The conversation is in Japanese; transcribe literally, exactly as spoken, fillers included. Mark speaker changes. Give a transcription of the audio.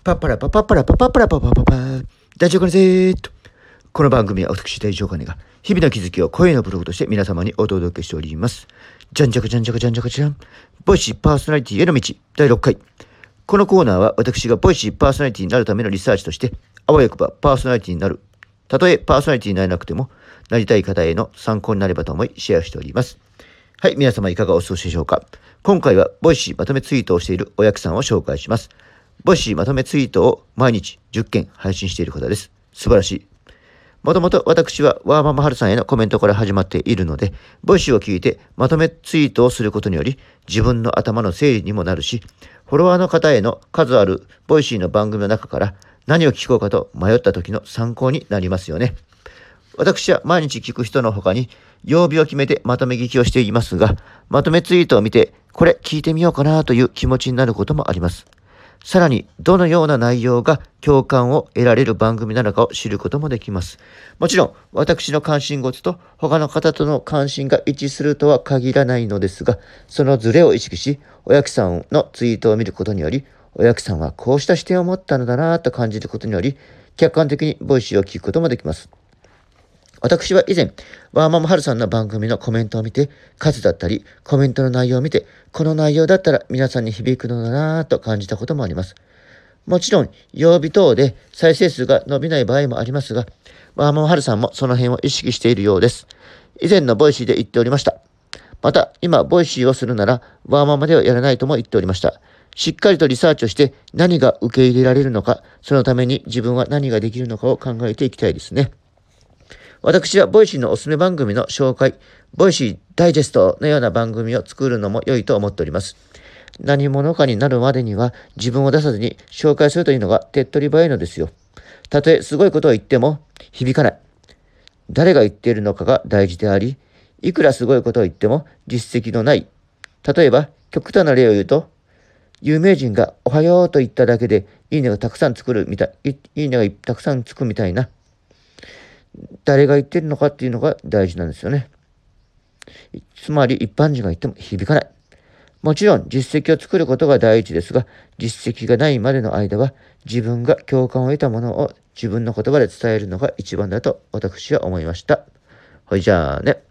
Speaker 1: パッパラパパッパラパパッパラパパパパー大丈夫かねぜーっと。この番組は私大丈夫かねが日々の気づきを声のブログとして皆様にお届けしております。じゃんじゃかじゃんじゃかじゃんじゃかじゃん。ボイシーパーソナリティへの道だいろっかい。このコーナーは私がボイシーパーソナリティになるためのリサーチとしてあわよくばパーソナリティになる。たとえパーソナリティになれなくてもなりたい方への参考になればと思いシェアしております。はい、皆様いかがお過ごしでしょうか。今回はボイシーまとめツイートをしているおやくさんを紹介します。ボイシーまとめツイートを毎日じゅっけん配信している方です。素晴らしい。もともと私はワーママハルさんへのコメントから始まっているので、ボイシーを聞いてまとめツイートをすることにより自分の頭の整理にもなるし、フォロワーの方への数あるボイシーの番組の中から何を聞こうかと迷った時の参考になりますよね。私は毎日聞く人の他に曜日を決めてまとめ聞きをしていますが、まとめツイートを見てこれ聞いてみようかなという気持ちになることもあります。さらにどのような内容が共感を得られる番組なのかを知ることもできます。もちろん私の関心事と他の方との関心が一致するとは限らないのですが、そのズレを意識しおやきさんのツイートを見ることにより、おやきさんはこうした視点を持ったのだなと感じることにより、客観的にボイシーを聞くこともできます。私は以前、ワーママハルさんの番組のコメントを見て、数だったり、コメントの内容を見て、この内容だったら皆さんに響くのだなぁと感じたこともあります。もちろん、曜日等で再生数が伸びない場合もありますが、ワーママハルさんもその辺を意識しているようです。以前のボイシーで言っておりました。また、今、ボイシーをするなら、ワーママではやらないとも言っておりました。しっかりとリサーチをして何が受け入れられるのか、そのために自分は何ができるのかを考えていきたいですね。私はボイシーのおすすめ番組の紹介、ボイシーダイジェストのような番組を作るのも良いと思っております。何者かになるまでには自分を出さずに紹介するというのが手っ取り早いのですよ。たとえすごいことを言っても響かない。誰が言っているのかが大事であり、いくらすごいことを言っても実績のない。例えば、極端な例を言うと、有名人がおはようと言っただけでいいねがたくさん作るみたい、いいねがたくさんつくみたいな。誰が言ってるのかっていうのが大事なんですよね。つまり一般人が言っても響かない。もちろん実績を作ることが第一ですが、実績がないまでの間は自分が共感を得たものを自分の言葉で伝えるのが一番だと私は思いました。はい、じゃあね。